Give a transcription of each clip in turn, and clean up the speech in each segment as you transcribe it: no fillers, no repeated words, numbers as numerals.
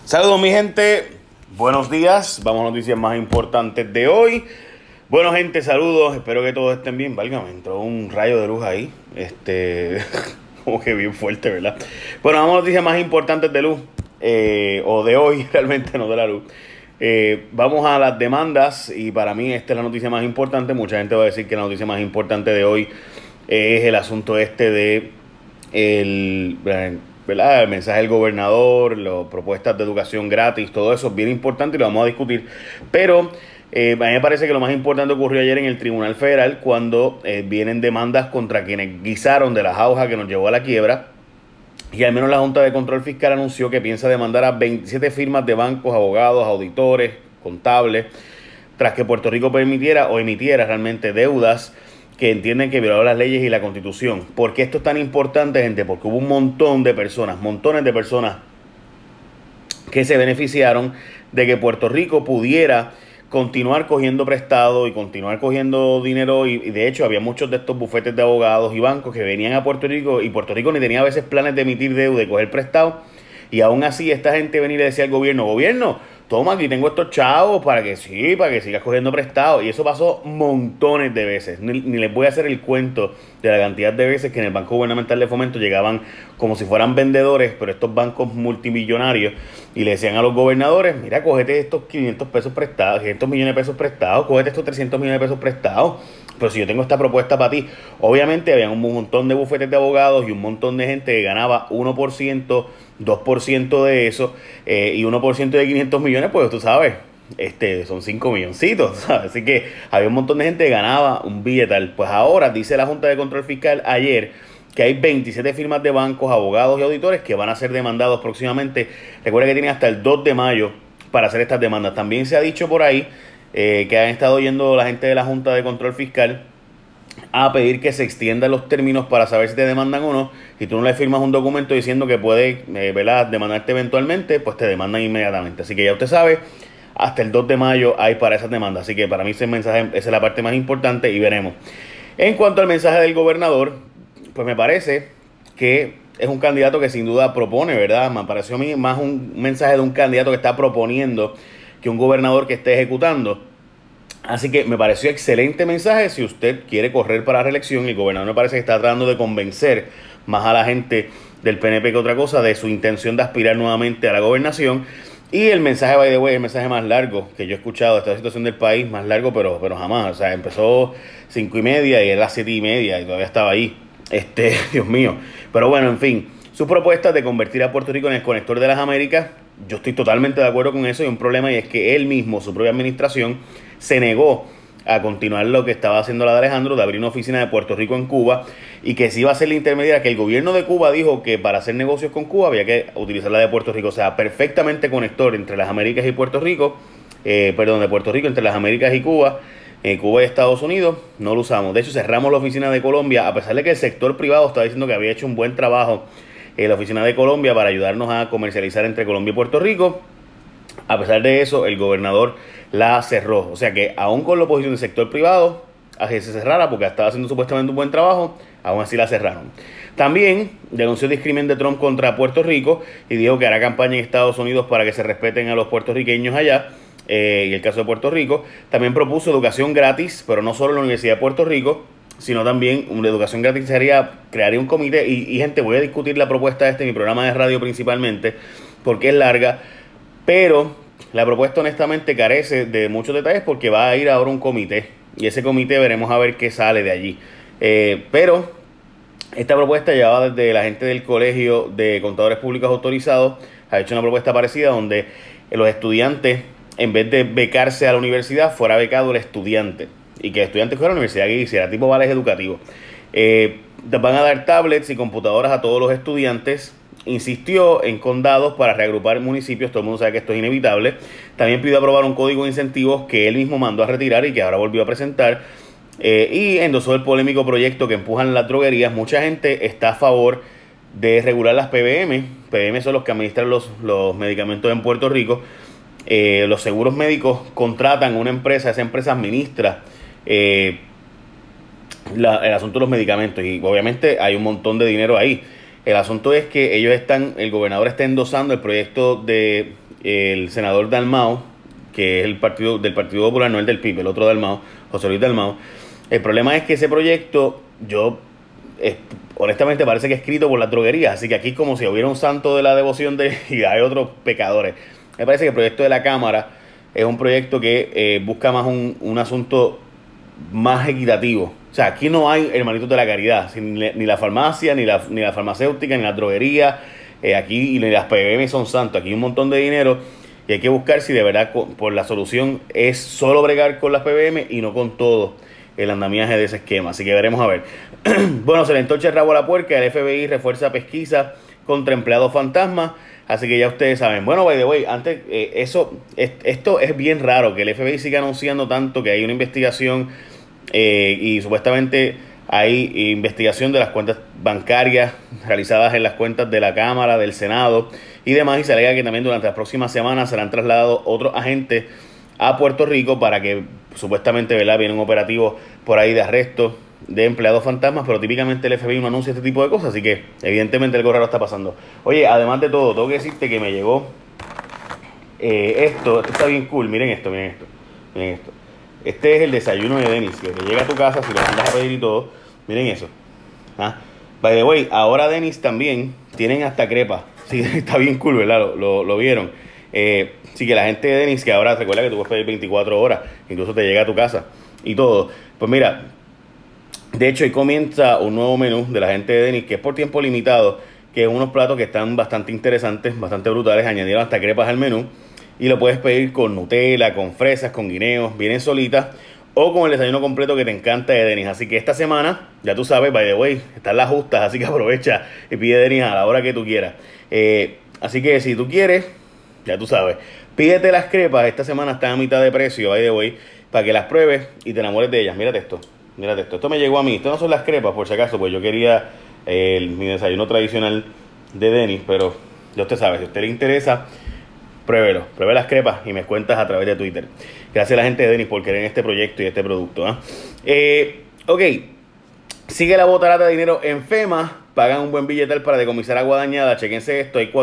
Saludos mi gente, buenos días, vamos a noticias más importantes de hoy. Bueno gente, saludos, espero que todos estén bien. Válgame, entró un rayo de luz ahí, como que bien fuerte, ¿verdad? Bueno, vamos a noticias más importantes de luz, o de hoy realmente, no de la luz. Vamos a las demandas y para mí esta es la noticia más importante. Mucha gente va a decir que la noticia más importante de hoy es el asunto de ¿verdad? El mensaje del gobernador, las propuestas de educación gratis, todo eso es bien importante y lo vamos a discutir. Pero a mí me parece que lo más importante ocurrió ayer en el Tribunal Federal cuando vienen demandas contra quienes guisaron de la jauja que nos llevó a la quiebra. Y al menos la Junta de Control Fiscal anunció que piensa demandar a 27 firmas de bancos, abogados, auditores, contables, tras que Puerto Rico permitiera o emitiera realmente deudas que entienden que violaron las leyes y la Constitución. ¿Por qué esto es tan importante, gente? Porque hubo un montón de personas, montones de personas que se beneficiaron de que Puerto Rico pudiera continuar cogiendo prestado y continuar cogiendo dinero y de hecho había muchos de estos bufetes de abogados y bancos que venían a Puerto Rico y Puerto Rico ni tenía a veces planes de emitir deuda y coger prestado y aún así esta gente venía y le decía al gobierno, toma, aquí tengo estos chavos para que sigas cogiendo prestado. Y eso pasó montones de veces. Ni les voy a hacer el cuento de la cantidad de veces que en el Banco Gubernamental de Fomento llegaban como si fueran vendedores, pero estos bancos multimillonarios, y le decían a los gobernadores, mira, cógete estos 500 pesos prestados, 500 millones de pesos prestados, cógete estos 300 millones de pesos prestados. Pero si yo tengo esta propuesta para ti, obviamente había un montón de bufetes de abogados y un montón de gente que ganaba 1%, 2% de eso, y 1% de 500 millones, pues tú sabes, son 5 milloncitos, ¿sabes? Así que había un montón de gente que ganaba un billetal. Pues ahora dice la Junta de Control Fiscal ayer que hay 27 firmas de bancos, abogados y auditores que van a ser demandados próximamente. Recuerda que tienen hasta el 2 de mayo para hacer estas demandas. También se ha dicho por ahí que han estado yendo la gente de la Junta de Control Fiscal a pedir que se extiendan los términos para saber si te demandan o no. Si tú no le firmas un documento diciendo que puede demandarte eventualmente, pues te demandan inmediatamente. Así que ya usted sabe, hasta el 2 de mayo hay para esas demandas. Así que para mí ese mensaje, esa es la parte más importante y veremos. En cuanto al mensaje del gobernador, pues me parece que es un candidato que sin duda propone, ¿verdad? Me pareció a mí más un mensaje de un candidato que está proponiendo que un gobernador que esté ejecutando. Así que me pareció excelente mensaje si usted quiere correr para la reelección. El gobernador me parece que está tratando de convencer más a la gente del PNP que otra cosa de su intención de aspirar nuevamente a la gobernación. Y el mensaje, by the way, el mensaje más largo que yo he escuchado de esta situación del país, más largo pero jamás. O sea, empezó 5:30 y era 7:30 y todavía estaba ahí. Dios mío. Pero bueno, en fin, sus propuestas de convertir a Puerto Rico en el conector de las Américas, yo estoy totalmente de acuerdo con eso. Y un problema y es que él mismo, su propia administración, se negó a continuar lo que estaba haciendo la de Alejandro, de abrir una oficina de Puerto Rico en Cuba y que si iba a ser la intermediaria, que el gobierno de Cuba dijo que para hacer negocios con Cuba había que utilizar la de Puerto Rico, o sea, perfectamente conector entre las Américas y Puerto Rico, de Puerto Rico entre las Américas y Cuba, Cuba y Estados Unidos, no lo usamos. De hecho, cerramos la oficina de Colombia, a pesar de que el sector privado estaba diciendo que había hecho un buen trabajo en la oficina de Colombia para ayudarnos a comercializar entre Colombia y Puerto Rico. A pesar de eso, el gobernador la cerró. O sea que aún con la oposición del sector privado, a que se cerrara porque estaba haciendo supuestamente un buen trabajo, aún así la cerraron. También denunció el discrimen de Trump contra Puerto Rico y dijo que hará campaña en Estados Unidos para que se respeten a los puertorriqueños allá. Y el caso de Puerto Rico. También propuso educación gratis, pero no solo en la Universidad de Puerto Rico, sino también una educación gratis crearía un comité. Y gente, voy a discutir la propuesta en mi programa de radio principalmente, porque es larga. Pero la propuesta honestamente carece de muchos detalles porque va a ir ahora un comité. Y ese comité veremos a ver qué sale de allí. Pero esta propuesta llevada desde la gente del Colegio de Contadores Públicos Autorizados. Ha hecho una propuesta parecida donde los estudiantes, en vez de becarse a la universidad, fuera becado el estudiante. Y que el estudiante fuera a la universidad que hiciera tipo vales educativos. Van a dar tablets y computadoras a todos los estudiantes. Insistió en condados para reagrupar municipios, todo el mundo sabe que esto es inevitable. También pidió aprobar un código de incentivos que él mismo mandó a retirar y que ahora volvió a presentar. Y endosó el polémico proyecto que empujan las droguerías. Mucha gente está a favor de regular las PBM. PBM son los que administran los medicamentos en Puerto Rico. Los seguros médicos contratan una empresa, esa empresa administra el asunto de los medicamentos y obviamente hay un montón de dinero ahí. El asunto es que el gobernador está endosando el proyecto de el senador Dalmau, que es el partido del Partido Popular, no el del PIB, el otro Dalmau, José Luis Dalmau. El problema es que ese proyecto, honestamente parece que es escrito por las droguerías, así que aquí como si hubiera un santo de la devoción y hay otros pecadores. Me parece que el proyecto de la Cámara es un proyecto que busca más un asunto más equitativo. O sea, aquí no hay hermanitos de la caridad, ni la farmacia, ni la farmacéutica, ni la droguería, aquí ni las PBM son santos, aquí hay un montón de dinero y hay que buscar si de verdad por la solución es solo bregar con las PBM y no con todo el andamiaje de ese esquema. Así que veremos a ver. Bueno, se le entorcha el rabo a la puerca, el FBI refuerza pesquisa contra empleados fantasmas. Así que ya ustedes saben. Bueno, by the way, antes, esto es bien raro que el FBI siga anunciando tanto que hay una investigación y supuestamente hay investigación de las cuentas bancarias realizadas en las cuentas de la Cámara, del Senado y demás. Y se alega que también durante las próximas semanas serán trasladados otros agentes a Puerto Rico para que supuestamente, ¿verdad?, viene un operativo por ahí de arresto de empleados fantasmas, pero típicamente el FBI no anuncia este tipo de cosas, así que evidentemente algo raro está pasando. Oye, además de todo, tengo que decirte que me llegó esto está bien cool, miren esto. Este es el desayuno de Denis, que te llega a tu casa si lo mandas a pedir y todo, miren eso. By the way, ahora Denis también tienen hasta crepa, sí, está bien cool, ¿verdad? Lo vieron. Sí, que la gente de Denis, que ahora recuerda que tú puedes pedir 24 horas, incluso te llega a tu casa y todo. Pues mira, de hecho, hoy comienza un nuevo menú de la gente de Denis, que es por tiempo limitado, que es unos platos que están bastante interesantes, bastante brutales, añadieron hasta crepas al menú, y lo puedes pedir con Nutella, con fresas, con guineos, vienen solitas, o con el desayuno completo que te encanta de Denis. Así que esta semana, ya tú sabes, by the way, están las justas, así que aprovecha y pide Denis a la hora que tú quieras. Así que si tú quieres, ya tú sabes, pídete las crepas, esta semana están a mitad de precio, by the way, para que las pruebes y te enamores de ellas. Mírate esto. Esto me llegó a mí. Esto no son las crepas, por si acaso, pues yo quería mi desayuno tradicional de Denis, pero ya usted sabe, si a usted le interesa, pruebe las crepas y me cuentas a través de Twitter. Gracias a la gente de Denis por querer este proyecto y este producto. Ok, sigue la botarata de dinero en FEMA, pagan un buen billetal para decomisar agua dañada. Chequense esto, hay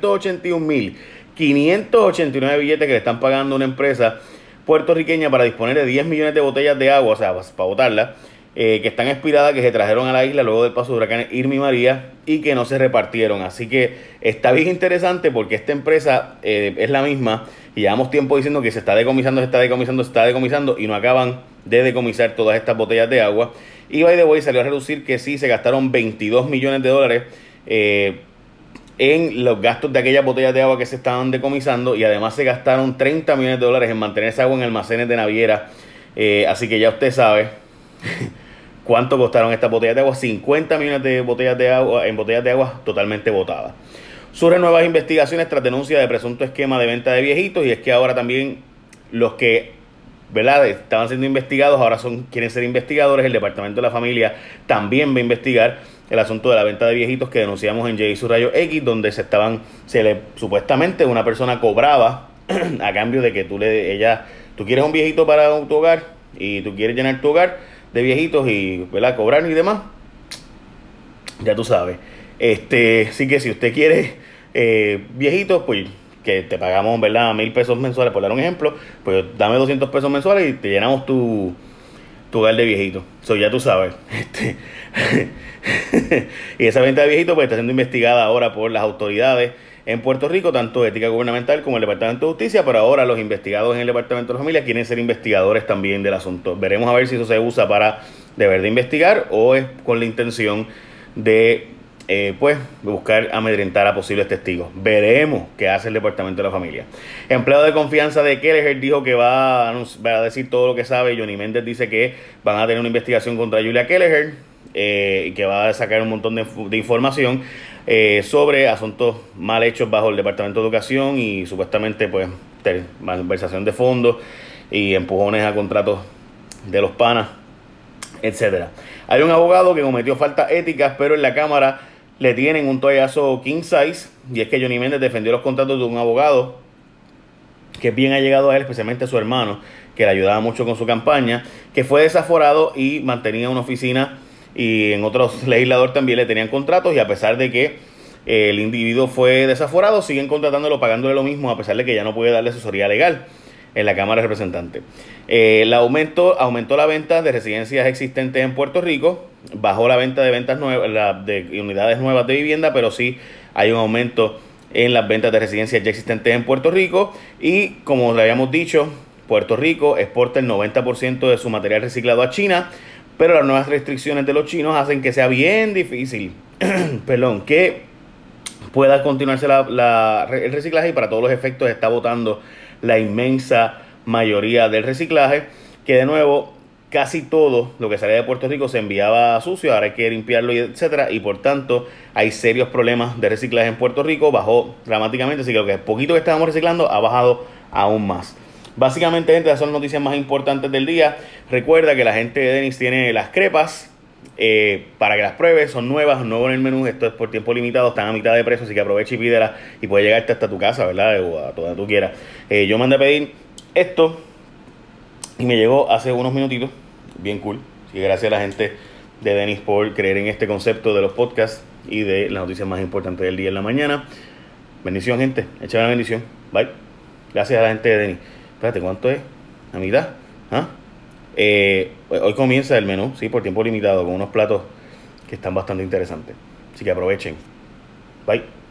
481.589 billetes que le están pagando a una empresa puertorriqueña para disponer de 10 millones de botellas de agua, o sea, para botarlas, que están expiradas, que se trajeron a la isla luego del paso de huracanes Irma y María y que no se repartieron. Así que está bien interesante porque esta empresa es la misma y llevamos tiempo diciendo que se está decomisando y no acaban de decomisar todas estas botellas de agua. Y by the way, salió a reducir que sí, se gastaron 22 millones de dólares en los gastos de aquellas botellas de agua que se estaban decomisando y además se gastaron 30 millones de dólares en mantener esa agua en almacenes de naviera. Así que ya usted sabe cuánto costaron estas botellas de agua. 50 millones de botellas de agua totalmente botadas. Surgen nuevas investigaciones tras denuncia de presunto esquema de venta de viejitos, y es que ahora también los que, ¿verdad?, estaban siendo investigados ahora quieren ser investigadores. El Departamento de la Familia también va a investigar el asunto de la venta de viejitos que denunciamos en J.X, donde supuestamente una persona cobraba a cambio de que tú quieres un viejito para tu hogar y tú quieres llenar tu hogar de viejitos y, ¿verdad?, cobrar y demás. Ya tú sabes. Así que si usted quiere viejitos, pues que te pagamos, ¿verdad?, 1,000 pesos mensuales, por dar un ejemplo, pues dame 200 pesos mensuales y te llenamos tu hogar de viejitos. Eso ya tú sabes. Y esa venta de viejitos pues está siendo investigada ahora por las autoridades en Puerto Rico, tanto ética gubernamental como el Departamento de Justicia, pero ahora los investigados en el Departamento de la Familia quieren ser investigadores también del asunto. Veremos a ver si eso se usa para de verdad investigar o es con la intención de buscar amedrentar a posibles testigos. Veremos qué hace el Departamento de la Familia. Empleado de confianza de Kelleher dijo que va a decir todo lo que sabe. Johnny Méndez dice que van a tener una investigación contra Julia Kelleher y que va a sacar un montón de información sobre asuntos mal hechos bajo el Departamento de Educación y supuestamente pues malversación de fondos y empujones a contratos de los panas, etcétera. Hay un abogado que cometió faltas éticas, pero en la Cámara le tienen un toallazo king size, y es que Johnny Méndez defendió los contratos de un abogado que bien ha llegado a él, especialmente a su hermano, que le ayudaba mucho con su campaña, que fue desaforado y mantenía una oficina, y en otros legisladores también le tenían contratos, y a pesar de que El individuo fue desaforado, siguen contratándolo, pagándole lo mismo, a pesar de que ya no puede darle asesoría legal en la Cámara de Representantes. Aumentó la venta de residencias existentes en Puerto Rico, bajó la venta de ventas nuevas, de unidades nuevas de vivienda, pero sí hay un aumento en las ventas de residencias ya existentes en Puerto Rico. Y como le habíamos dicho, Puerto Rico exporta el 90% de su material reciclado a China, pero las nuevas restricciones de los chinos hacen que sea bien difícil perdón, que pueda continuarse el reciclaje, y para todos los efectos está botando la inmensa mayoría del reciclaje, que de nuevo casi todo lo que salía de Puerto Rico se enviaba sucio, ahora hay que limpiarlo, etcétera, y por tanto hay serios problemas de reciclaje en Puerto Rico. Bajó dramáticamente, así que lo que poquito que estábamos reciclando ha bajado aún más. Básicamente, gente, esas son las noticias más importantes del día. Recuerda que la gente de Denny's tiene las crepas para que las pruebes, son nuevas, nuevo en el menú, esto es por tiempo limitado, están a mitad de precio, así que aprovecha y pídelas y puede llegarte hasta tu casa, ¿verdad? O a donde tú quieras. Yo mandé a pedir esto y me llegó hace unos minutitos, bien cool. Así que gracias a la gente de Denny's por creer en este concepto de los podcasts y de las noticias más importantes del día en la mañana. Bendición, gente, échame la bendición, bye. Gracias a la gente de Denny's. Espérate, ¿cuánto es? ¿A mitad? ¿Ah? Hoy comienza el menú, sí, por tiempo limitado, con unos platos que están bastante interesantes. Así que aprovechen. Bye.